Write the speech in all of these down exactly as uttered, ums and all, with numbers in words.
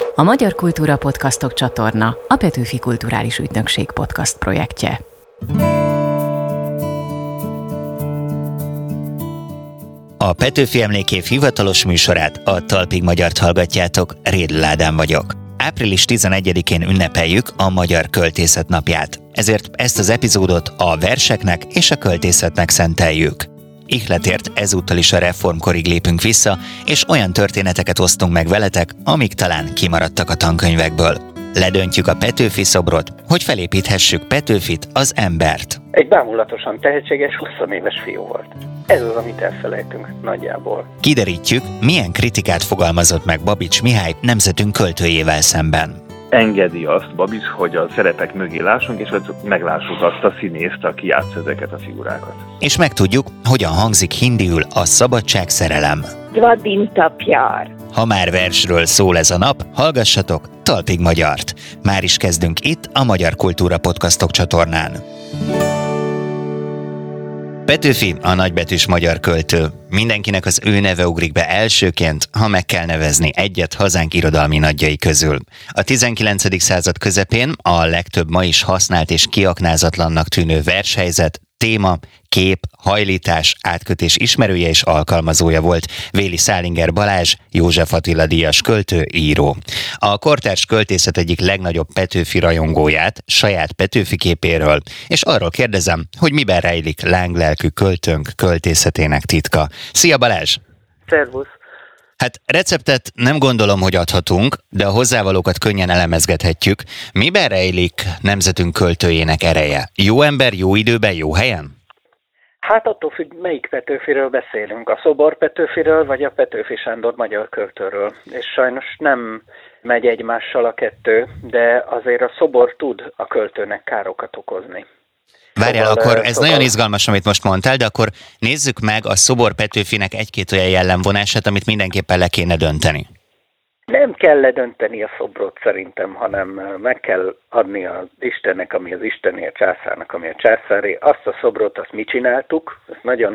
A Magyar Kultúra Podcastok csatorna a Petőfi Kulturális Ügynökség podcast projektje. A Petőfi Emlékév hivatalos műsorát, a Talpig Magyart hallgatjátok, Rédl Ádám vagyok. április tizenegyedikén ünnepeljük a Magyar Költészet Napját, ezért ezt az epizódot a verseknek és a költészetnek szenteljük. Ihletért ezúttal is a reformkorig lépünk vissza, és olyan történeteket osztunk meg veletek, amik talán kimaradtak a tankönyvekből. Ledöntjük a Petőfi szobrot, hogy felépíthessük Petőfit, az embert. Egy bámulatosan tehetséges húsz éves fiú volt. Ez az, amit elfelejtünk nagyjából. Kiderítjük, milyen kritikát fogalmazott meg Babits Mihály nemzetünk költőjével szemben. Engedi azt Babits, hogy a szerepek mögé lássunk, és hogy meglássuk azt a színészt, aki játsz ezeket a figurákat. És megtudjuk, hogyan hangzik hindiül a szabadság szerelem. Vadintapjár. Ha már versről szól ez a nap, hallgassatok Talpig Magyart. Már is kezdünk itt a Magyar Kultúra Podcastok csatornán. Petőfi a nagybetűs magyar költő. Mindenkinek az ő neve ugrik be elsőként, ha meg kell nevezni egyet hazánk irodalmi nagyjai közül. A tizenkilencedik század közepén a legtöbb ma is használt és kiaknázatlannak tűnő vershelyzet, téma, kép, hajlítás, átkötés ismerője és alkalmazója volt Véli Szálinger Balázs, József Attila díjas költő, író. A kortárs költészet egyik legnagyobb Petőfi rajongóját, saját Petőfi képéről, és arról kérdezem, hogy miben rejlik lánglelkű költőnk költészetének titka. Szia Balázs! Szervusz! Hát receptet nem gondolom, hogy adhatunk, de a hozzávalókat könnyen elemezgethetjük. Miben rejlik nemzetünk költőjének ereje? Jó ember, jó időben, jó helyen? Hát attól függ, melyik Petőfiről beszélünk. A Szobor Petőfiről, vagy a Petőfi Sándor magyar költőről. És sajnos nem megy egymással a kettő, de azért a Szobor tud a költőnek károkat okozni. Várjál, Szóval, akkor ez szóval... nagyon izgalmas, amit most mondtál, de akkor nézzük meg a Szobor Petőfinek egy-két olyan jellemvonását, amit mindenképpen le kéne dönteni. Nem kell ledönteni a szobrot szerintem, hanem meg kell adni az Istennek, ami az Istené, a császárnak, ami a császáré. Azt a szobrot, azt mi csináltuk, ez nagyon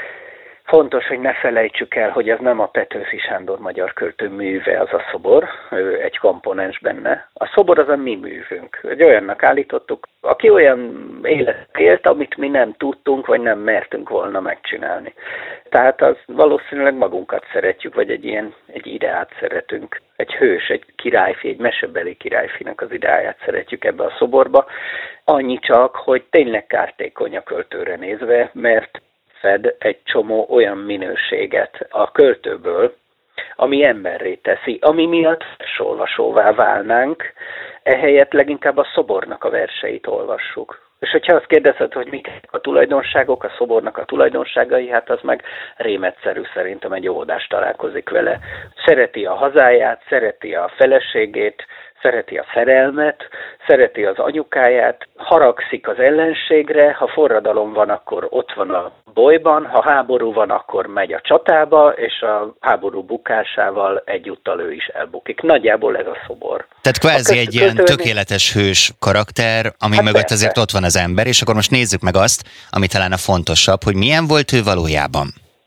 fontos, hogy ne felejtsük el, hogy az nem a Petőfi Sándor magyar költő műve az a szobor, ő egy komponens benne. A szobor az a mi művünk. Egy olyannak állítottuk, aki olyan életet élt, amit mi nem tudtunk, vagy nem mertünk volna megcsinálni. Tehát az valószínűleg magunkat szeretjük, vagy egy ilyen egy ideát szeretünk. Egy hős, egy királyfi, egy mesebeli királyfinak az ideáját szeretjük ebbe a szoborba. Annyi csak, hogy tényleg kártékony a költőre nézve, mert fed egy csomó olyan minőséget a költőből, ami emberré teszi, ami miatt olvasóvá válnánk, ehelyett leginkább a szobornak a verseit olvassuk. És hogyha azt kérdezed, hogy mik a tulajdonságok, a szobornak a tulajdonságai, hát az meg rémetszerű, szerintem egy óvodás találkozik vele. Szereti a hazáját, szereti a feleségét, szereti a szerelmet, szereti az anyukáját, haragszik az ellenségre, ha forradalom van, akkor ott van a bolyban, ha háború van, akkor megy a csatába, és a háború bukásával egyúttal ő is elbukik. Nagyjából ez a szobor. Tehát kvázi köz- egy ilyen kötőni... tökéletes hős karakter, ami Hát mögött persze. azért ott van az ember, és akkor most nézzük meg azt, ami talán a fontosabb, hogy milyen volt ő valójában.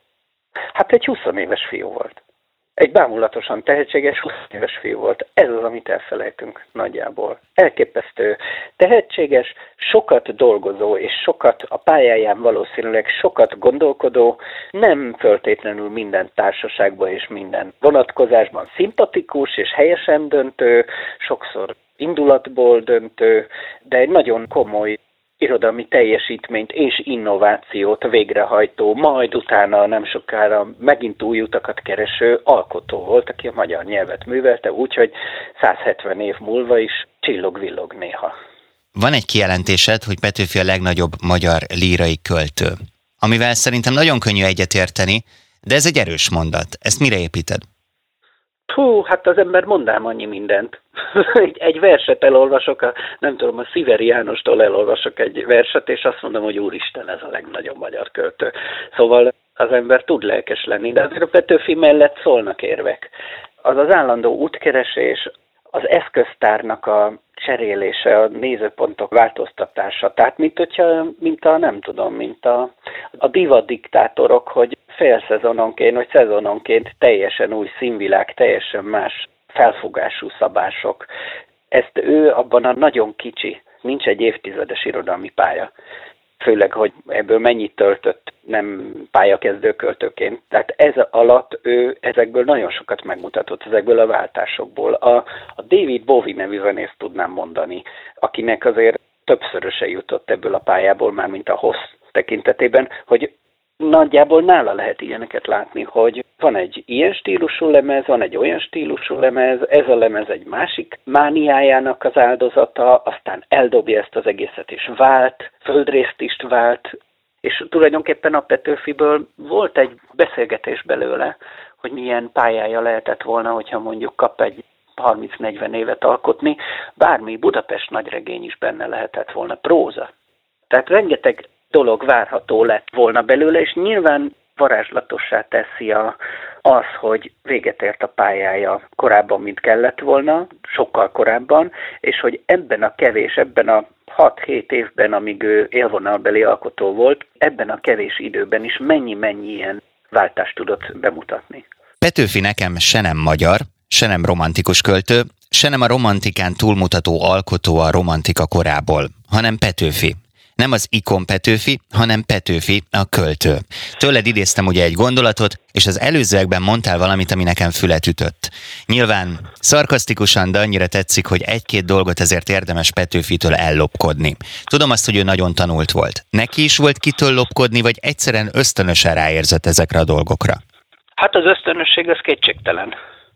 Hát egy húsz éves fiú volt. Egy bámulatosan tehetséges húsz éves fiú volt. Ez az, amit elfelejtünk nagyjából. Elképesztő tehetséges, sokat dolgozó és sokat a pályáján valószínűleg sokat gondolkodó, nem föltétlenül minden társaságban és minden vonatkozásban szimpatikus és helyesen döntő, sokszor indulatból döntő, de egy nagyon komoly irodalmi teljesítményt és innovációt végrehajtó, majd utána nem sokára megint új utakat kereső alkotó volt, aki a magyar nyelvet művelte, úgyhogy száz hetven év múlva is csillog-villog néha. Van egy kijelentésed, hogy Petőfi a legnagyobb magyar lírai költő, amivel szerintem nagyon könnyű egyetérteni, de ez egy erős mondat. Ezt mire építed? Hú, hát az ember mondám annyi mindent. egy, egy verset elolvasok, a, nem tudom, a Sziveri Jánostól elolvasok egy verset, és azt mondom, hogy úristen, ez a legnagyobb magyar költő. Szóval az ember tud lelkes lenni, de azért a Petőfi mellett szólnak érvek. Az az állandó útkeresés, az eszköztárnak a cserélése, a nézőpontok változtatása. Tehát, mint hogyha, mint a, nem tudom, mint a, a divat diktátorok, hogy fél szezononként, vagy szezononként teljesen új színvilág, teljesen más felfogású szabások. Ezt ő abban a nagyon kicsi, nincs egy évtizedes irodalmi pálya. Főleg, hogy ebből mennyit töltött nem pályakezdő költőként. Tehát ez alatt ő ezekből nagyon sokat megmutatott, ezekből a váltásokból. A, a David Bowie nevű zenészt tudnám mondani, akinek azért többszöröse jutott ebből a pályából, már mint a hossz tekintetében, hogy nagyjából nála lehet ilyeneket látni, hogy van egy ilyen stílusú lemez, van egy olyan stílusú lemez, ez a lemez egy másik mániájának az áldozata, aztán eldobja ezt az egészet és vált, földrészt is vált, és tulajdonképpen a Petőfiből volt egy beszélgetés belőle, hogy milyen pályája lehetett volna, hogyha mondjuk kap egy harminc-negyven évet alkotni, bármi Budapest nagyregény is benne lehetett volna, próza. Tehát rengeteg dolog várható lett volna belőle, és nyilván varázslatossá teszi a, az, hogy véget ért a pályája korábban, mint kellett volna, sokkal korábban, és hogy ebben a kevés, ebben a hat-hét évben, amíg ő élvonalbeli alkotó volt, ebben a kevés időben is mennyi-mennyi ilyen váltást tudott bemutatni. Petőfi nekem se nem magyar, se nem romantikus költő, se nem a romantikán túlmutató alkotó a romantika korából, hanem Petőfi. Nem az ikon Petőfi, hanem Petőfi a költő. Tőled idéztem ugye egy gondolatot, és az előzőekben mondtál valamit, ami nekem fület ütött. Nyilván szarkasztikusan, de annyira tetszik, hogy egy-két dolgot ezért érdemes Petőfitől ellopkodni. Tudom azt, hogy ő nagyon tanult volt. Neki is volt kitől lopkodni, vagy egyszerűen ösztönösen ráérzett ezekre a dolgokra? Hát az ösztönösség az kétségtelen.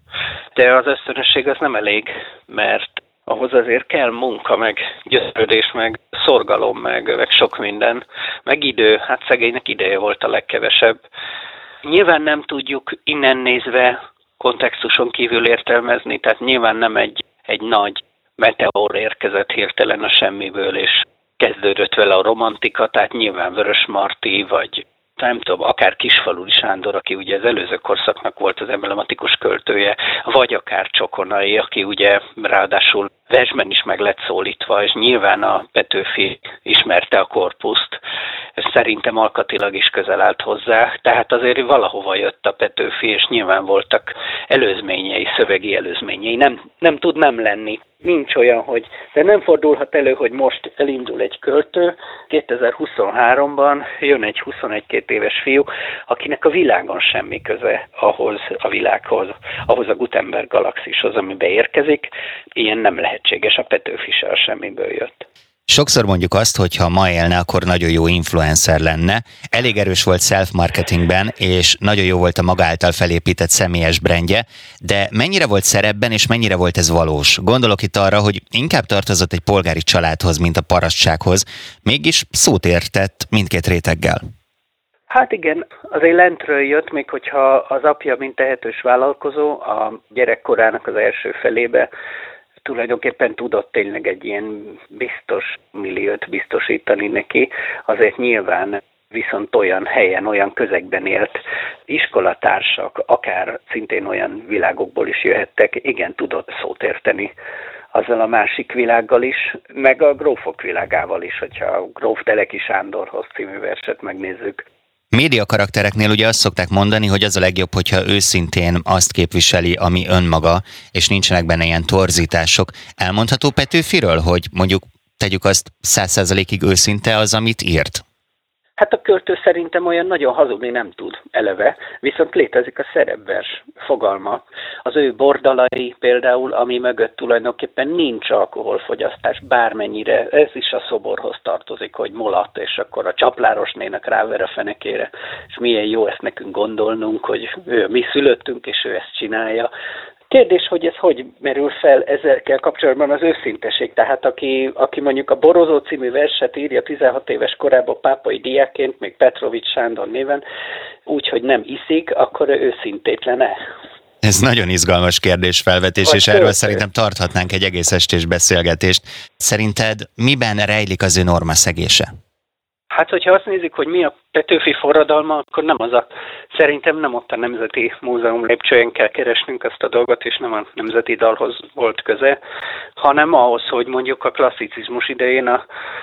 De az ösztönösség az nem elég, mert ahhoz azért kell munka, meg győződés, meg szorgalom, meg, meg sok minden, meg idő. Hát szegénynek ideje volt a legkevesebb. Nyilván nem tudjuk innen nézve kontextuson kívül értelmezni, tehát nyilván nem egy, egy nagy meteor érkezett hirtelen a semmiből, és kezdődött vele a romantika, tehát nyilván Vörösmarty, vagy nem tudom, akár Kisfaludy Sándor, aki ugye az előző korszaknak volt az emblematikus költője, vagy akár Csokonai, aki ugye ráadásul versben is meg lett szólítva, és nyilván a Petőfi ismerte a korpuszt, szerintem alkatilag is közel állt hozzá, tehát azért valahova jött a Petőfi, és nyilván voltak előzményei, szövegi előzményei, nem, nem tud nem lenni. Nincs olyan, hogy, de nem fordulhat elő, hogy most elindul egy költő, kétezer-huszonháromban jön egy huszonegy-két éves fiú, akinek a világon semmi köze ahhoz a világhoz, ahhoz a Gutenberg galaxishoz, amibe érkezik. Ilyen nem lehetséges, a Petőfi se a semmiből jött. Sokszor mondjuk azt, hogy ha ma élne, akkor nagyon jó influencer lenne. Elég erős volt self-marketingben, és nagyon jó volt a maga által felépített személyes brandje, de mennyire volt szerepben, és mennyire volt ez valós? Gondolok itt arra, hogy inkább tartozott egy polgári családhoz, mint a parasztsághoz, mégis szót értett mindkét réteggel. Hát igen, azért lentről jött, még hogyha az apja, mint tehetős vállalkozó, a gyerekkorának az első felébe tulajdonképpen tudott tényleg egy ilyen biztos milliót biztosítani neki, azért nyilván viszont olyan helyen, olyan közegben élt iskolatársak, akár szintén olyan világokból is jöhettek, igen, tudott szót érteni azzal a másik világgal is, meg a grófok világával is, hogyha a Gróf Teleki Sándorhoz című verset megnézzük. Média karaktereknél ugye azt szokták mondani, hogy az a legjobb, hogyha őszintén azt képviseli, ami önmaga, és nincsenek benne ilyen torzítások. Elmondható Petőfiről, hogy mondjuk tegyük azt száz százalékig őszinte az, amit írt? Hát a költő szerintem olyan nagyon hazudni nem tud eleve, viszont létezik a szerepvers fogalma. Az ő bordalai például, ami mögött tulajdonképpen nincs alkoholfogyasztás, bármennyire, ez is a szoborhoz tartozik, hogy mulat, és akkor a csaplárosnénak ráver a fenekére, és milyen jó ezt nekünk gondolnunk, hogy ő, mi szülöttünk, és ő ezt csinálja. Kérdés, hogy ez hogy merül fel ezekkel kapcsolatban az őszinteség. Tehát aki, aki mondjuk a Borozó című verset írja tizenhat éves korában pápai diákként, még Petrovics Sándor néven, úgyhogy nem iszik, akkor őszintétlene. Ez nagyon izgalmas kérdésfelvetés, Vagy és költő. erről szerintem tarthatnánk egy egész estés beszélgetést. Szerinted miben rejlik az ő normaszegése? Hát, hogyha azt nézzük, hogy mi a Petőfi forradalma, akkor nem az a, szerintem nem ott a Nemzeti Múzeum lépcsőjén kell keresnünk ezt a dolgot, és nem a Nemzeti Dalhoz volt köze, hanem ahhoz, hogy mondjuk a klasszicizmus idején a,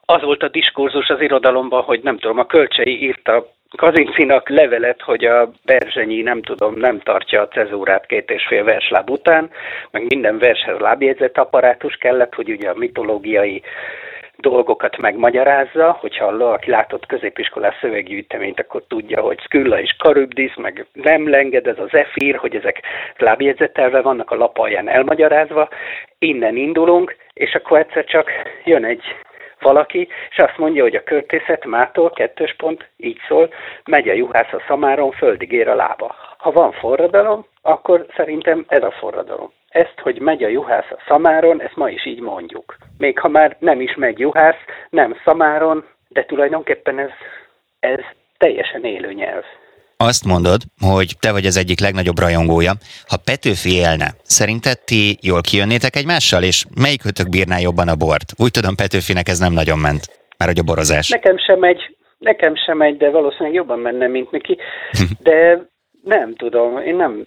Az volt a diskurzus az irodalomban, hogy nem tudom, a Kölcsei írta Kazincinak levelet, hogy a Berzsenyi, nem tudom, nem tartja a cezúrát két és fél versláb után, meg minden vershez lábjegyzett apparátus kellett, hogy ugye a mitológiai dolgokat megmagyarázza, hogyha valaki látott középiskolás szöveggyűjteményt, akkor tudja, hogy Skylla és Charybdis, meg nem lenged, ez az Efír, hogy ezek lábjegyzetelve vannak a lap alján elmagyarázva. Innen indulunk, és akkor egyszer csak jön egy valaki, és azt mondja, hogy a költészet mától, kettős pont, így szól, megy a juhász a szamáron, földig ér a lába. Ha van forradalom, akkor szerintem ez a forradalom. Ezt, hogy megy a juhász a szamáron, ezt ma is így mondjuk. Még ha már nem is megy juhász, nem szamáron, de tulajdonképpen ez, ez teljesen élő nyelv. Azt mondod, hogy te vagy az egyik legnagyobb rajongója. Ha Petőfi élne, szerinted ti jól kijönnétek egymással, és melyikőtök bírná jobban a bort? Úgy tudom, Petőfinek ez nem nagyon ment, már hogy a borozás. Nekem sem megy, nekem sem megy, de valószínűleg jobban menne, mint neki. De nem tudom, én nem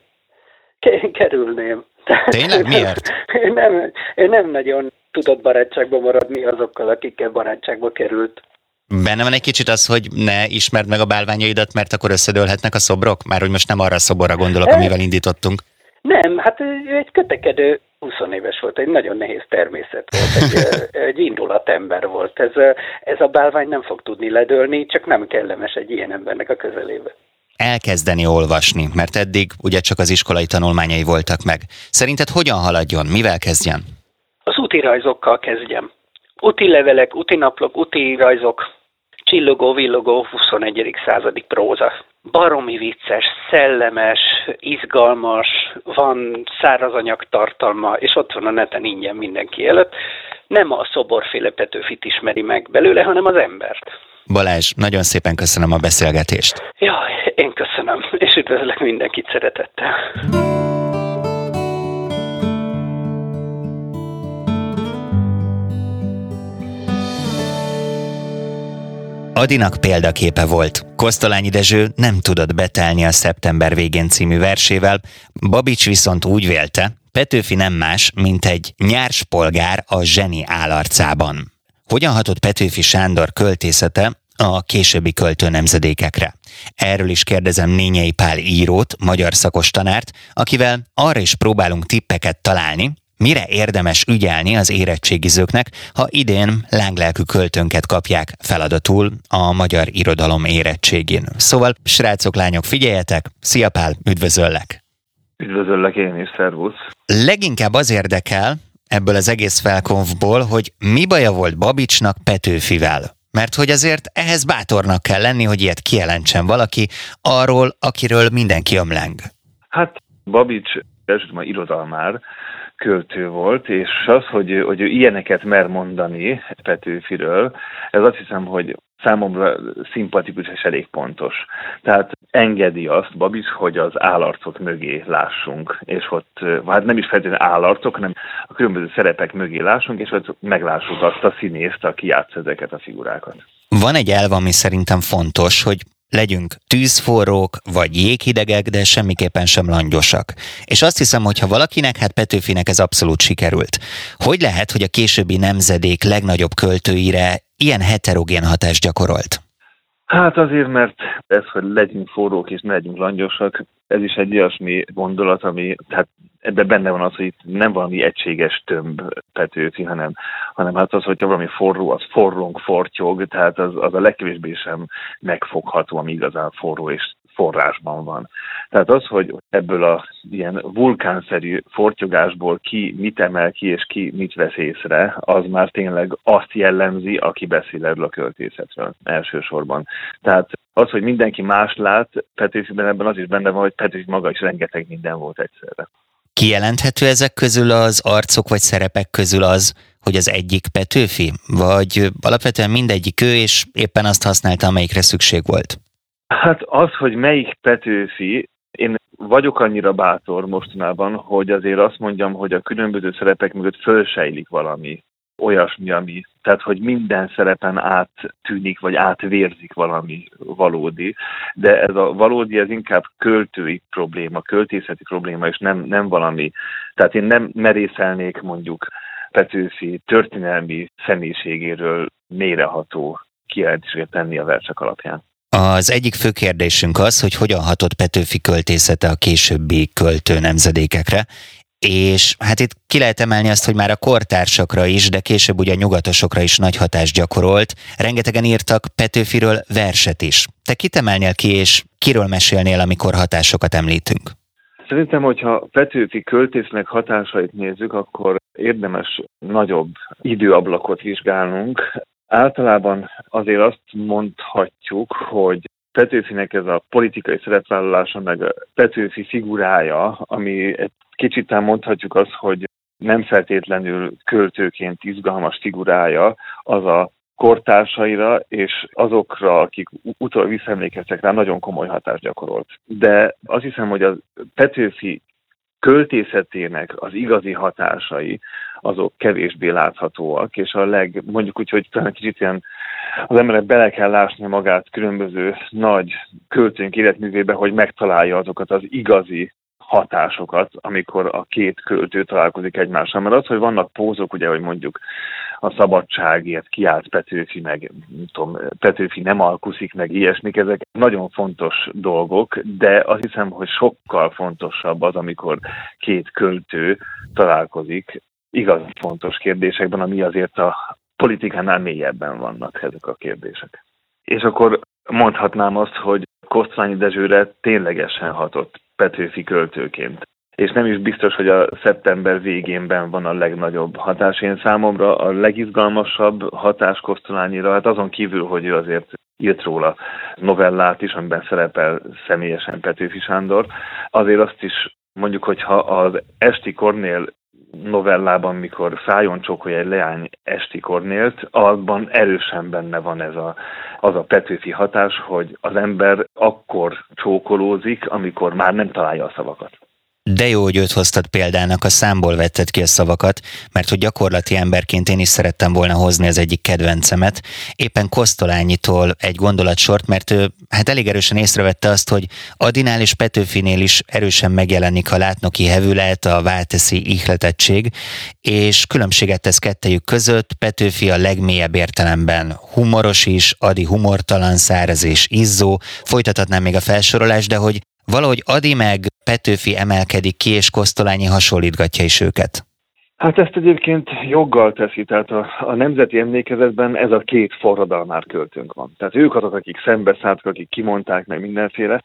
kerülném. Tényleg? Miért? Én nem, én nem nagyon tudott barátságban maradni azokkal, akikkel barátságba került. Benne van egy kicsit az, hogy ne ismerd meg a bálványaidat, mert akkor összedőlhetnek a szobrok? Már hogy most nem arra a szoborra gondolok, amivel indítottunk. Nem, hát ő egy kötekedő húsz éves volt, egy nagyon nehéz természet volt, egy, egy indulatember volt. Ez, ez a bálvány nem fog tudni ledőlni, csak nem kellemes egy ilyen embernek a közelébe. Elkezdeni olvasni, mert eddig ugye csak az iskolai tanulmányai voltak meg. Szerinted hogyan haladjon? Mivel kezdjen? Az úti rajzokkal kezdjem. Úti levelek, úti naplok, úti rajzok, csillogó, villogó, huszonegyedik századi próza. Baromi vicces, szellemes, izgalmas, van szárazanyag tartalma, és ott van a neten ingyen mindenki előtt. Nem a szoborféle Petőfit ismeri meg belőle, hanem az embert. Balázs, nagyon szépen köszönöm a beszélgetést. Jaj, én köszönöm, és üdvözlök mindenkit szeretettel. Adinak példaképe volt. Kosztolányi Dezső nem tudott betelni a Szeptember végén című versével, Babics viszont úgy vélte, Petőfi nem más, mint egy nyárspolgár a zseni állarcában. Hogyan hatott Petőfi Sándor költészete a későbbi költő nemzedékekre? Erről is kérdezem Nényei Pál írót, magyar szakos tanárt, akivel arra is próbálunk tippeket találni, mire érdemes ügyelni az érettségizőknek, ha idén lánglelkű költőnket kapják feladatul a magyar irodalom érettségén. Szóval, srácok, lányok, figyeljetek! Szia Pál, üdvözöllek! Üdvözöllek én is, szervusz! Leginkább az érdekel ebből az egész felkonfból, hogy mi baja volt Babicsnak Petőfivel. Mert hogy azért ehhez bátornak kell lenni, hogy ilyet kijelentsen valaki arról, akiről mindenki ömleng. Hát Babics elsősorban irodalmár költő volt, és az, hogy, hogy ő ilyeneket mer mondani Petőfiről, ez azt hiszem, hogy számomra szimpatikus és elég pontos. Tehát engedi azt Babics, hogy az állarcok mögé lássunk, és ott, hát nem is feltétlenül állarcok, hanem a különböző szerepek mögé lássunk, és ott meglássuk azt a színészt, aki játsz ezeket a figurákat. Van egy elv, ami szerintem fontos, hogy legyünk tűzforrók, vagy jéghidegek, de semmiképpen sem langyosak. És azt hiszem, hogy ha valakinek, hát Petőfinek ez abszolút sikerült. Hogy lehet, hogy a későbbi nemzedék legnagyobb költőire ilyen heterogén hatást gyakorolt? Hát azért, mert ez, hogy legyünk forrók és ne legyünk langyosak, ez is egy olyasmi gondolat, ami, hát ebben benne van az, hogy itt nem valami egységes tömb Petőfi, hanem, hanem hát az, hogyha valami forró, az forrónk fortyog, tehát az, az a legkevésbé sem megfogható, ami igazán forró és forrásban van. Tehát az, hogy ebből a ilyen vulkánszerű fortyogásból ki mit emel ki, és ki mit vesz észre, az már tényleg azt jellemzi, aki beszél erről a költészetről elsősorban. Tehát az, hogy mindenki más lát Petőfiben, ebben az is benne van, hogy Petőfi maga is rengeteg minden volt egyszerre. Kijelenthető ezek közül az arcok vagy szerepek közül az, hogy az egyik Petőfi? Vagy alapvetően mindegyik ő, és éppen azt használta, amelyikre szükség volt? Hát az, hogy melyik Petőfi, én vagyok annyira bátor mostanában, hogy azért azt mondjam, hogy a különböző szerepek mögött fölsejlik valami olyasmi, ami, tehát hogy minden szerepen áttűnik, vagy átvérzik valami valódi, de ez a valódi, ez inkább költői probléma, költészeti probléma, és nem, nem valami, tehát én nem merészelnék mondjuk Petőfi történelmi személyiségéről mélyreható kijelentéseket tenni a versek alapján. Az egyik fő kérdésünk az, hogy hogyan hatott Petőfi költészete a későbbi költő nemzedékekre, és hát itt ki lehet emelni azt, hogy már a kortársakra is, de később ugye a nyugatosokra is nagy hatást gyakorolt. Rengetegen írtak Petőfiről verset is. Te kit emelnél ki, és kiről mesélnél, amikor hatásokat említünk? Szerintem, hogyha Petőfi költésznek hatásait nézzük, akkor érdemes nagyobb időablakot vizsgálnunk. Általában azért azt mondhatjuk, hogy Petőfinek ez a politikai szerepvállalása, meg a Petőfi figurája, ami egy kicsit mondhatjuk azt, hogy nem feltétlenül költőként izgalmas figurája, az a kortársaira és azokra, akik utólag visszaemlékeztek rá, nagyon komoly hatást gyakorolt. De azt hiszem, hogy a Petőfi költészetének az igazi hatásai, azok kevésbé láthatóak, és a leg, mondjuk úgy, hogy talán kicsit ilyen az emberek bele kell lásni magát különböző nagy költőnk életművébe, hogy megtalálja azokat az igazi hatásokat, amikor a két költő találkozik egymással. Mert az, hogy vannak pózok, ugye, hogy mondjuk a szabadságért kiállt Petőfi, meg nem tudom, Petőfi nem alkuszik, meg ilyesmik, ezek nagyon fontos dolgok, de azt hiszem, hogy sokkal fontosabb az, amikor két költő találkozik igaz fontos kérdésekben, ami azért a politikánál mélyebben vannak ezek a kérdések. És akkor mondhatnám azt, hogy Kosztolányi Dezsőre ténylegesen hatott Petőfi költőként. És nem is biztos, hogy a szeptember végénben van a legnagyobb hatás. Én számomra a legizgalmasabb hatás Kosztolányira, hát azon kívül, hogy ő azért írt róla novellát is, amiben szerepel személyesen Petőfi Sándor, azért azt is mondjuk, hogyha az Esti Kornél novellában, mikor fájón csókolja egy leány Esti Kornélt, abban erősen benne van ez a, az a Petőfi hatás, hogy az ember akkor csókolózik, amikor már nem találja a szavakat. De jó, hogy őt hoztad példának, a számból vetted ki a szavakat, mert hogy gyakorlati emberként én is szerettem volna hozni az egyik kedvencemet, éppen Kosztolányitól egy gondolatsort, mert ő hát elég erősen észrevette azt, hogy Adinál és Petőfinél is erősen megjelenik a látnoki hevület, a válteszi ihletettség, és különbséget tesz kettejük között. Petőfi a legmélyebb értelemben humoros is, Adi humortalan, száraz és izzó, folytathatnám még a felsorolást, de hogy valahogy Adi meg Petőfi emelkedik ki, és Kosztolányi hasonlítgatja is őket. Hát ezt egyébként joggal teszi, tehát a, a nemzeti emlékezetben ez a két forradalmár költőnk van. Tehát ők azok, akik szembeszálltak, akik kimondták meg mindenféle,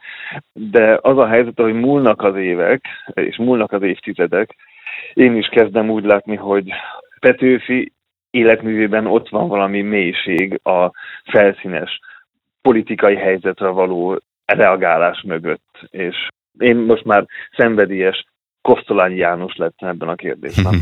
de az a helyzet, hogy múlnak az évek, és múlnak az évtizedek, én is kezdem úgy látni, hogy Petőfi életművében ott van valami mélység a felszínes politikai helyzetre való reagálás mögött, és én most már szenvedélyes Kosztolányi János lettem ebben a kérdésben.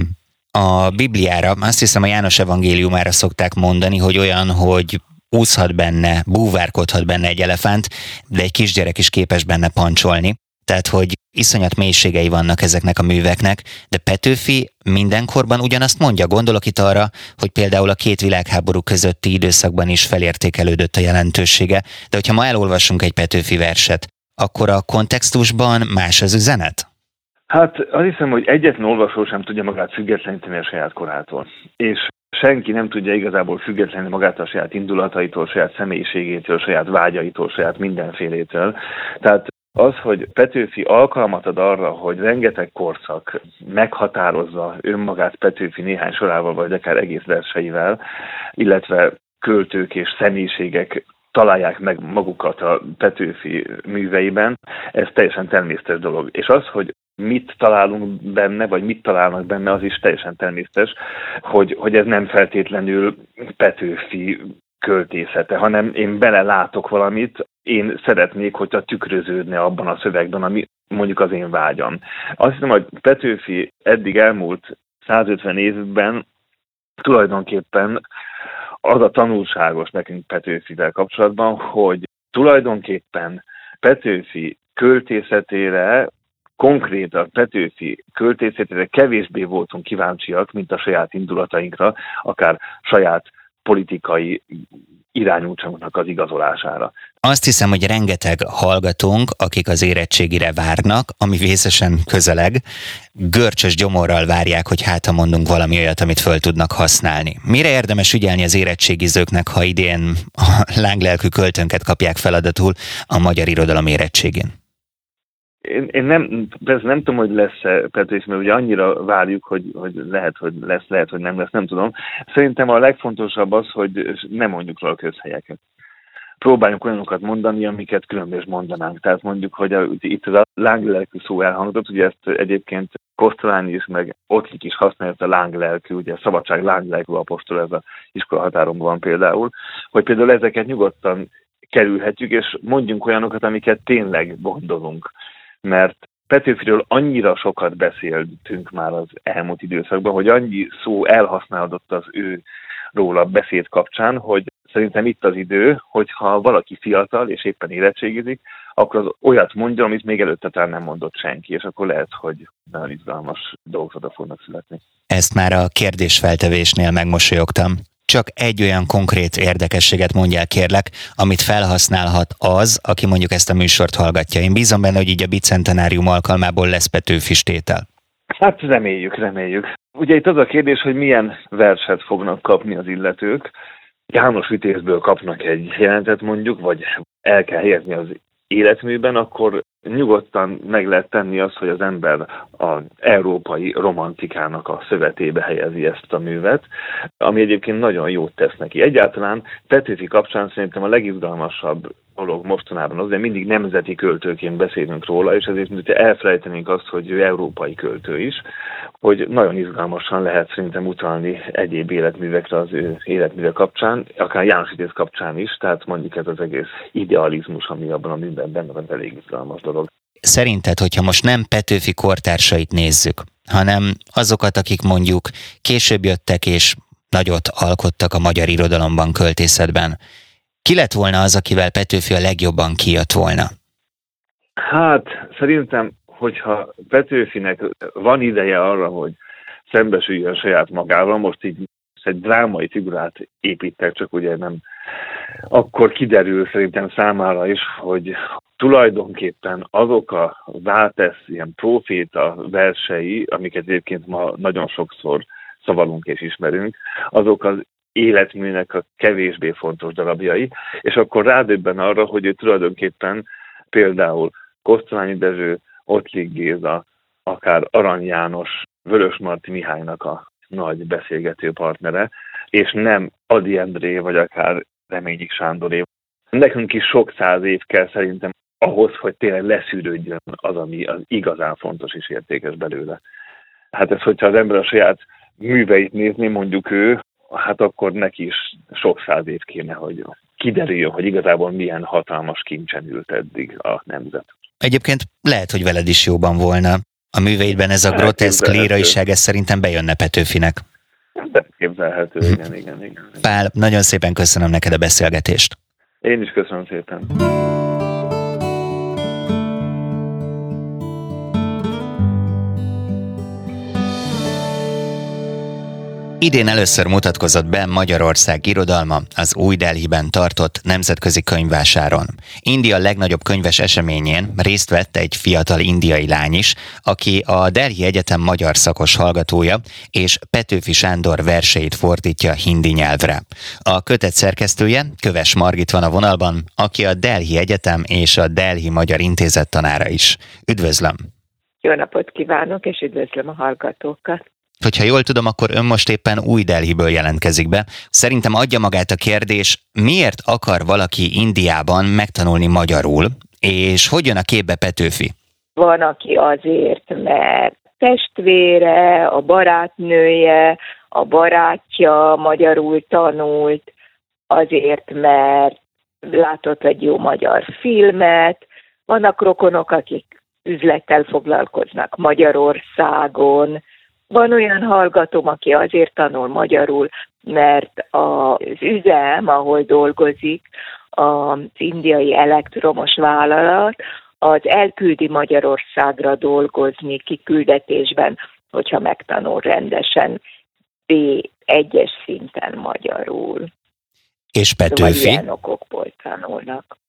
A Bibliára, azt hiszem a János evangéliumára szokták mondani, hogy olyan, hogy úszhat benne, búvárkodhat benne egy elefánt, de egy kisgyerek is képes benne pancsolni. Tehát, hogy iszonyat mélységei vannak ezeknek a műveknek, de Petőfi mindenkorban ugyanazt mondja. Gondolok itt arra, hogy például a két világháború közötti időszakban is felértékelődött a jelentősége, de hogyha ma elolvasunk egy Petőfi verset, akkor a kontextusban más az üzenet? Hát azt hiszem, hogy egyetlen olvasó sem tudja magát függetleníteni a saját korától. És senki nem tudja igazából függetleníteni magát a saját indulataitól, saját személyiségétől, saját vágyaitól, saját mindenfélétől. Tehát az, hogy Petőfi alkalmat ad arra, hogy rengeteg korszak meghatározza önmagát Petőfi néhány sorával, vagy akár egész verseivel, illetve költők és személyiségek találják meg magukat a Petőfi műveiben, ez teljesen természetes dolog. És az, hogy mit találunk benne, vagy mit találnak benne, az is teljesen természetes, hogy, hogy ez nem feltétlenül Petőfi költészete, hanem én belelátok valamit, én szeretnék, hogyha tükröződne abban a szövegben, ami mondjuk az én vágyam. Azt hiszem, hogy Petőfi eddig elmúlt százötven évben tulajdonképpen az a tanulságos nekünk Petőfivel kapcsolatban, hogy tulajdonképpen Petőfi költészetére, konkrétan Petőfi költészetére kevésbé voltunk kíváncsiak, mint a saját indulatainkra, akár saját politikai irányultságunknak az igazolására. Azt hiszem, hogy rengeteg hallgatónk, akik az érettségire várnak, ami vészesen közeleg, görcsös gyomorral várják, hogy hát ha mondunk valami olyat, amit föl tudnak használni. Mire érdemes ügyelni az érettségizőknek, ha idén a lánglelkű költőnket kapják feladatul a magyar irodalom érettségén? Én, én nem, persze nem tudom, hogy lesz-e Petőfi, mert ugye annyira várjuk, hogy, hogy lehet, hogy lesz, lehet, hogy nem lesz, nem tudom. Szerintem a legfontosabb az, hogy nem mondjuk róla közhelyeket. Próbáljunk olyanokat mondani, amiket különböző mondanánk. Tehát mondjuk, hogy a, itt ez a lánglelkű szó elhangzott, ugye ezt egyébként Kosztolányi is, meg Ottlik is használja a lánglelkű, ugye a szabadság lánglelkű apostol, ez az iskolahatáron van például, hogy például ezeket nyugodtan kerülhetjük, és mondjunk olyanokat, amiket tényleg gondolunk. Mert Petőfiről annyira sokat beszéltünk már az elmúlt időszakban, hogy annyi szó elhasználódott az ő róla beszéd kapcsán, hogy szerintem itt az idő, hogyha valaki fiatal és éppen érettségizik, akkor az olyat mondja, amit még előtte talán nem mondott senki, és akkor lehet, hogy nagyon izgalmas dolgok fognak születni. Ezt már a kérdésfeltevésnél megmosolyogtam. Csak egy olyan konkrét érdekességet mondjál, kérlek, amit felhasználhat az, aki mondjuk ezt a műsort hallgatja. Én bízom benne, hogy így a bicentenárium alkalmából lesz Petőfis tétel. Hát reméljük, reméljük. Ugye itt az a kérdés, hogy milyen verset fognak kapni az illetők. János Vitézből kapnak egy jelentet mondjuk, vagy el kell helyezni az életműben, akkor nyugodtan meg lehet tenni azt, hogy az ember az európai romantikának a szövetébe helyezi ezt a művet, ami egyébként nagyon jót tesz neki. Egyáltalán Petőfi kapcsán szerintem a legizgalmasabb dolog mostanában az, de mindig nemzeti költőként beszélünk róla, és ezért mint elfelejtenénk azt, hogy ő európai költő is, hogy nagyon izgalmasan lehet szerintem utalni egyéb életművekre az ő életműve kapcsán, akár János Vitéz kapcsán is, tehát mondjuk ez az egész idealizmus, ami abban a műben benne van, elég izgalmas dolog. Szerinted, hogyha most nem Petőfi kortársait nézzük, hanem azokat, akik mondjuk később jöttek és nagyot alkottak a magyar irodalomban, költészetben, ki lett volna az, akivel Petőfi a legjobban kijött volna? Hát szerintem, hogyha Petőfinek van ideje arra, hogy szembesüljön saját magával, most így egy drámai figurát építek, csak ugye nem, akkor kiderül szerintem számára is, hogy tulajdonképpen azok a váltesz, ilyen proféta versei, amiket egyébként ma nagyon sokszor szavalunk és ismerünk, azok az életműnek a kevésbé fontos darabjai, és akkor rádöbben arra, hogy ő tulajdonképpen például Kosztolányi Dezső, Ottlik Géza, akár Arany János, Vörösmarty Mihálynak a nagy beszélgető partnere, és nem Ady Endré, vagy akár Reményik Sándoré. Nekünk is sok száz év kell szerintem ahhoz, hogy tényleg leszűrődjön az, ami az igazán fontos és értékes belőle. Hát ez, hogyha az ember a saját műveit nézni, mondjuk ő, hát akkor neki is sok száz év kéne, hogy kiderüljön, hogy igazából milyen hatalmas kincsen ült eddig a nemzet. Egyébként lehet, hogy veled is jóban volna. A műveidben ez a groteszk líraiság, ez szerintem bejönne Petőfinek. Elképzelhető, igen, igen, igen. Pál, nagyon szépen köszönöm neked a beszélgetést. Én is köszönöm szépen. Idén először mutatkozott be Magyarország irodalma az Új Delhiben tartott nemzetközi könyvvásáron. India legnagyobb könyves eseményén részt vett egy fiatal indiai lány is, aki a Delhi Egyetem magyar szakos hallgatója, és Petőfi Sándor verseit fordítja hindi nyelvre. A kötet szerkesztője, Köves Margit van a vonalban, aki a Delhi Egyetem és a Delhi Magyar Intézet tanára is. Üdvözlöm! Jó napot kívánok, és üdvözlöm a hallgatókat! Hogyha jól tudom, akkor ön most éppen Új Delhiből jelentkezik be. Szerintem adja magát a kérdés, miért akar valaki Indiában megtanulni magyarul, és hogy jön a képbe Petőfi? Van, aki azért, mert testvére, a barátnője, a barátja magyarul tanult, azért, mert látott egy jó magyar filmet. Vannak rokonok, akik üzlettel foglalkoznak Magyarországon. Van olyan hallgatóm, aki azért tanul magyarul, mert az üzem, ahol dolgozik, az indiai elektromos vállalat, az elküldi Magyarországra dolgozni kiküldetésben, hogyha megtanul rendesen bé egyes szinten magyarul. És Petőfi? Vagy ilyen okokból tanulnak.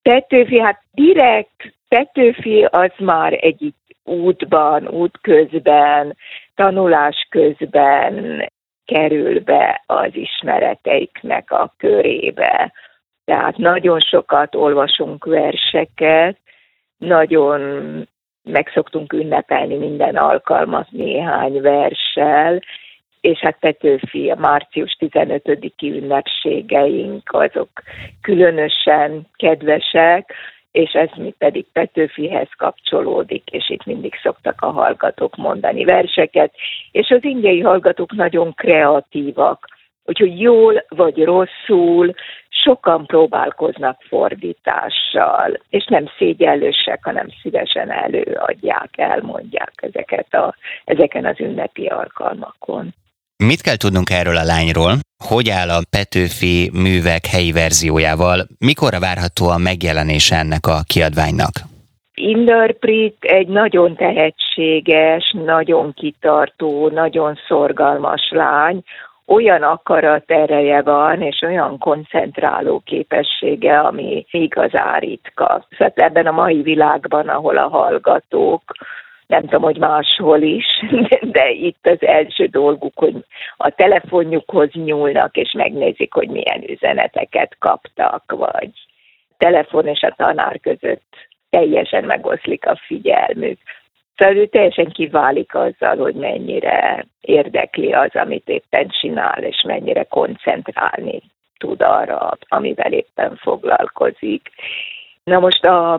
Petőfi, hát direkt Petőfi az már egy útban, útközben, tanulás közben kerül be az ismereteiknek a körébe. Tehát nagyon sokat olvasunk verseket, nagyon meg szoktunk ünnepelni minden alkalmat néhány verssel, és hát Petőfi, a március tizenötödiki ünnepségeink, azok különösen kedvesek, és ez mi pedig Petőfihez kapcsolódik, és itt mindig szoktak a hallgatók mondani verseket, és az indiai hallgatók nagyon kreatívak, úgyhogy jól vagy rosszul sokan próbálkoznak fordítással, és nem szégyellősek, hanem szívesen előadják, elmondják ezeket a, ezeken az ünnepi alkalmakon. Mit kell tudnunk erről a lányról? Hogy áll a Petőfi művek helyi verziójával? Mikorra várható a megjelenése ennek a kiadványnak? Inderprit egy nagyon tehetséges, nagyon kitartó, nagyon szorgalmas lány, olyan akarat ereje van, és olyan koncentráló képessége, ami igazán ritka. Szóval ebben a mai világban, ahol a hallgatók, nem tudom, hogy máshol is, de itt az első dolguk, hogy a telefonjukhoz nyúlnak, és megnézik, hogy milyen üzeneteket kaptak, vagy telefon és a tanár között teljesen megoszlik a figyelmük. Szóval ő teljesen kiválik azzal, hogy mennyire érdekli az, amit éppen csinál, és mennyire koncentrálni tud arra, amivel éppen foglalkozik. Na most a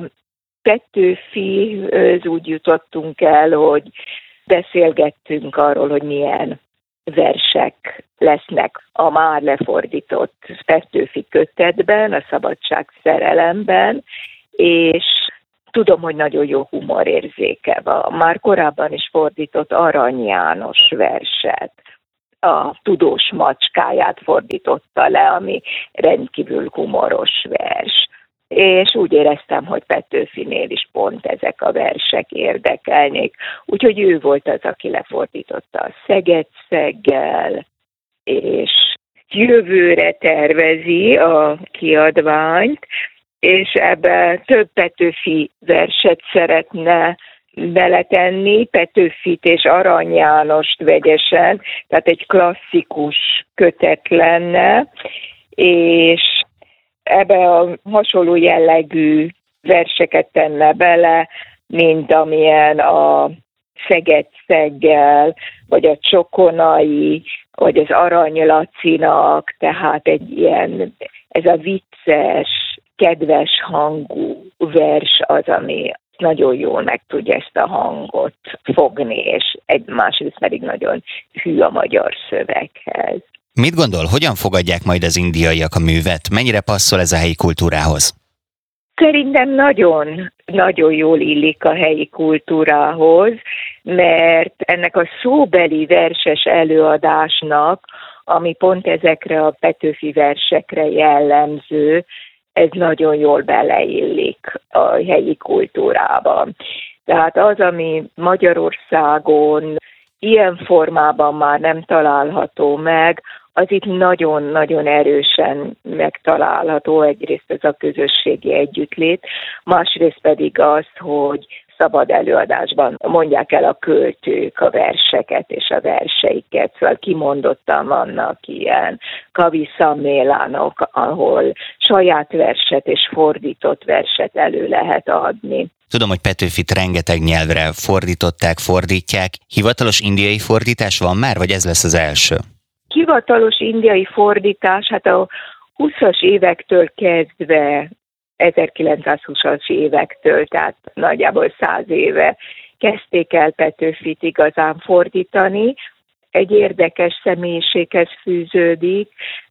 Petőfihez úgy jutottunk el, hogy beszélgettünk arról, hogy milyen versek lesznek a már lefordított Petőfi kötetben, a Szabadság szerelemben, és tudom, hogy nagyon jó humorérzéke van. Már korábban is fordított Arany János verset, a Tudós macskáját fordította le, ami rendkívül humoros vers. És úgy éreztem, hogy Petőfinél is pont ezek a versek érdekelnék. Úgyhogy ő volt az, aki lefordította a Szeged-szeggel, és jövőre tervezi a kiadványt, és ebbe több Petőfi verset szeretne beletenni, Petőfit és Arany Jánost vegyesen, tehát egy klasszikus kötet lenne, és ebbe a hasonló jellegű verseket tenne bele, mint amilyen a Szeged-szeggel, vagy a Csokonai, vagy az Arany Lacinak, tehát egy ilyen, ez a vicces, kedves hangú vers az, ami nagyon jól meg tudja ezt a hangot fogni, és egy másrészt pedig nagyon hű a magyar szöveghez. Mit gondol, hogyan fogadják majd az indiaiak a művet? Mennyire passzol ez a helyi kultúrához? Szerintem nagyon, nagyon jól illik a helyi kultúrához, mert ennek a szóbeli verses előadásnak, ami pont ezekre a Petőfi versekre jellemző, ez nagyon jól beleillik a helyi kultúrába. Tehát az, ami Magyarországon ilyen formában már nem található meg, az itt nagyon-nagyon erősen megtalálható. Egyrészt ez a közösségi együttlét, másrészt pedig az, hogy szabad előadásban mondják el a költők a verseket és a verseiket. Szóval kimondottan vannak ilyen kaviszamélánok, ahol saját verset és fordított verset elő lehet adni. Tudom, hogy Petőfit rengeteg nyelvre fordították, fordítják. Hivatalos indiai fordítás van már, vagy ez lesz az első? Hivatalos indiai fordítás, hát a húszas évektől kezdve, ezerkilencszázhúszas évektől, tehát nagyjából száz éve kezdték el Petőfit igazán fordítani. Egy érdekes személyiséghez fűződik,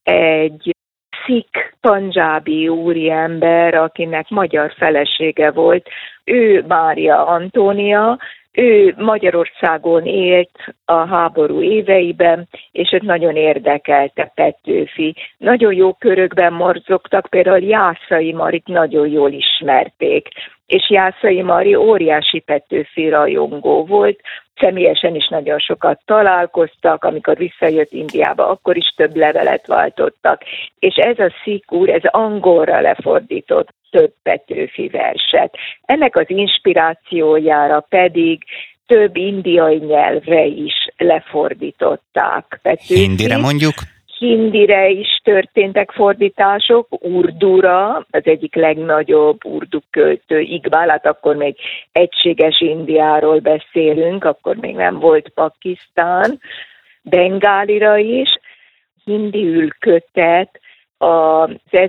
egy szik pandzsábi úriember, akinek magyar felesége volt, ő Mária Antónia, ő Magyarországon élt a háború éveiben, és őt nagyon érdekelte Petőfi. Nagyon jó körökben morzogtak, például Jászai Marit nagyon jól ismerték. és Jászai Mari óriási Petőfi rajongó volt, személyesen is nagyon sokat találkoztak, amikor visszajött Indiába, akkor is több levelet váltottak, és ez a Szik úr, ez angolra lefordított több Petőfi verset. Ennek az inspirációjára pedig több indiai nyelvre is lefordították Petőfit. Hindire mondjuk? Hindire is történtek fordítások, urdura, az egyik legnagyobb urdu költő, Iqbal, hát akkor még egységes Indiáról beszélünk, akkor még nem volt Pakisztán, bengálira is, hindiül kötet az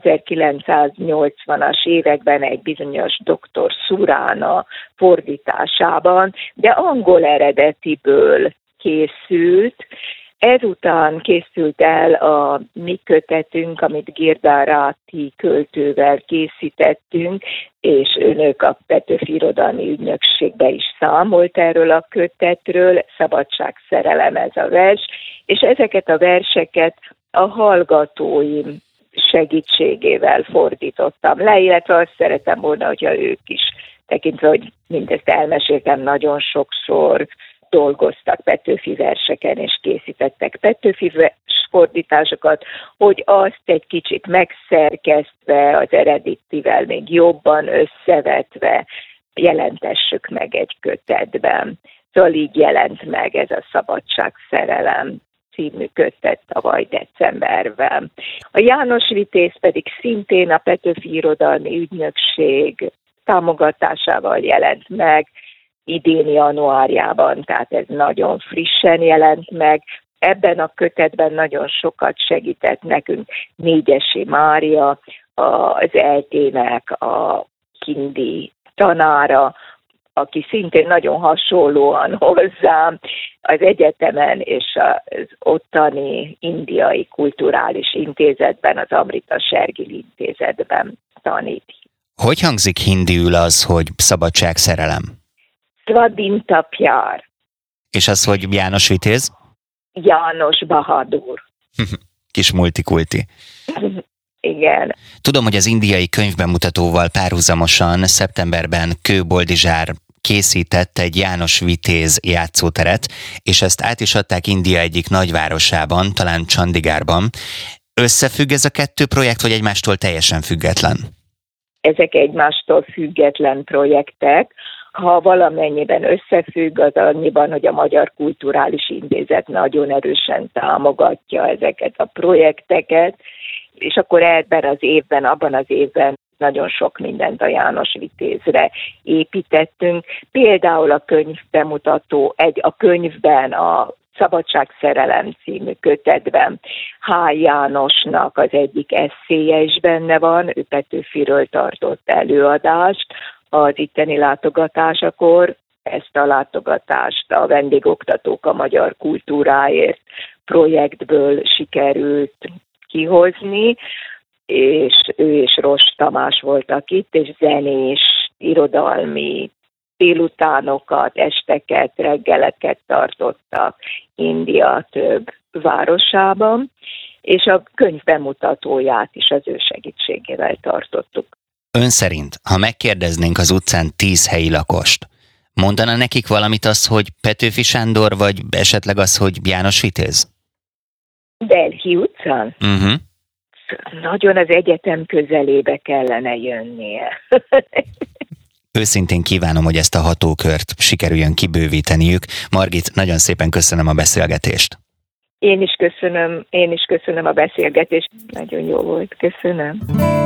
ezerkilencszáznyolcvanas években egy bizonyos doktor Surana fordításában, de angol eredetiből készült. Ezután készült el a mi kötetünk, amit Girdárati költővel készítettünk, és önök a Petőfi Irodalmi Ügynökségbe is számolt erről a kötetről, Szabadság, szerelem ez a vers, és ezeket a verseket a hallgatóim segítségével fordítottam le, illetve azt szeretem volna, hogyha ők is, tekintve, hogy mindezt elmeséltem nagyon sokszor, dolgoztak Petőfi verseken, és készítettek Petőfi fordításokat, hogy azt egy kicsit megszerkesztve, az eredetivel még jobban összevetve jelentessük meg egy kötetben. Szóval így jelent meg ez a Szabadság, szerelem című kötet tavaly decemberben. A János Vitéz pedig szintén a Petőfi Irodalmi Ügynökség támogatásával jelent meg, idén januárjában, tehát ez nagyon frissen jelent meg. Ebben a kötetben nagyon sokat segített nekünk Négyesi Mária, az é té-nek a hindi tanára, aki szintén nagyon hasonlóan hozzám az egyetemen és az ottani indiai kulturális intézetben, az Amrita Shergill intézetben tanít. Hogy hangzik hindiül az, hogy szabadság, szerelem? Svadhinta Pyar. És az, hogy János Vitéz? János Bahadur. Kis multikulti. Igen. Tudom, hogy az indiai könyvbemutatóval párhuzamosan szeptemberben Kő Boldizsár készített egy János Vitéz játszóteret, és ezt át is adták India egyik nagyvárosában, talán Chandigarhban. Összefügg ez a kettő projekt, vagy egymástól teljesen független? Ezek egymástól független projektek. Ha valamennyiben összefügg, az annyiban, hogy a Magyar Kulturális Intézet nagyon erősen támogatja ezeket a projekteket, és akkor ebben az évben, abban az évben nagyon sok mindent a János Vitézre építettünk. Például a könyvbemutató, egy, a könyvben, a Szabadság, szerelem című kötetben H. Jánosnak az egyik esszéje is benne van, ő Petőfiről tartott előadást az itteni látogatásakor. Ezt a látogatást a Vendégoktatók a Magyar Kultúráért projektből sikerült kihozni, és ő és Ross Tamás voltak itt, és zenés, irodalmi délutánokat, esteket, reggeleket tartottak India több városában, és a könyv bemutatóját is az ő segítségével tartottuk. Ön szerint, ha megkérdeznénk az utcán tíz helyi lakost, mondana nekik valamit az, hogy Petőfi Sándor, vagy esetleg az, hogy János Vitéz? Delhi utcán? Uh-huh. Nagyon az egyetem közelébe kellene jönnie. Őszintén kívánom, hogy ezt a hatókört sikerüljön kibővíteniük. Margit, nagyon szépen köszönöm a beszélgetést. Én is köszönöm, én is köszönöm a beszélgetést. Nagyon jó volt, köszönöm.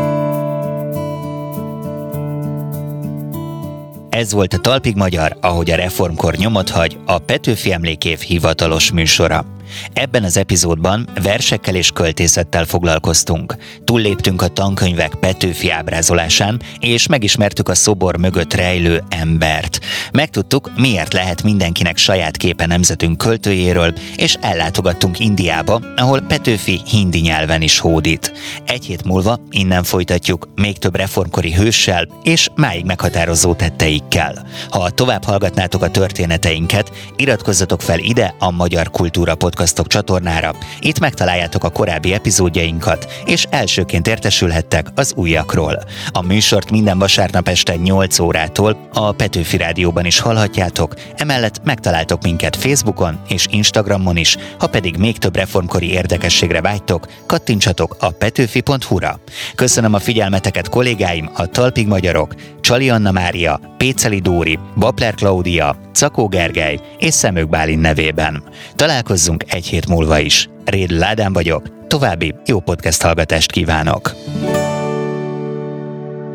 Ez volt a Talpig Magyar, ahogy a reformkor nyomot hagy, a Petőfi Emlékév hivatalos műsora. Ebben az epizódban versekkel és költészettel foglalkoztunk. Túlléptünk a tankönyvek Petőfi ábrázolásán, és megismertük a szobor mögött rejlő embert. Megtudtuk, miért lehet mindenkinek saját képe nemzetünk költőjéről, és ellátogattunk Indiába, ahol Petőfi hindi nyelven is hódít. Egy hét múlva innen folytatjuk még több reformkori hőssel és máig meghatározó tetteikkel. Ha tovább hallgatnátok a történeteinket, iratkozzatok fel ide a Magyar Kultúra Podcast Podcastok csatornára. Itt megtaláljátok a korábbi epizódjainkat, és elsőként értesülhettek az újakról. A műsort minden vasárnap este nyolc órától a Petőfi Rádióban is hallhatjátok, emellett megtaláltok minket Facebookon és Instagramon is, ha pedig még több reformkori érdekességre vágytok, kattintsatok a petőfi pont hu-ra. Köszönöm a figyelmeteket kollégáim, a Talpig Magyarok, Csali Anna Mária, Péceli Dóri, Bapler Klaudia, Cakó Gergely és Szemők Bálint nevében. Találkozzunk egy hét múlva is. Rédl Ádám vagyok, további jó podcast hallgatást kívánok!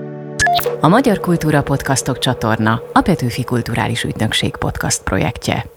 A Magyar Kultúra Podcastok csatorna a Petőfi Kulturális Ügynökség podcast projektje.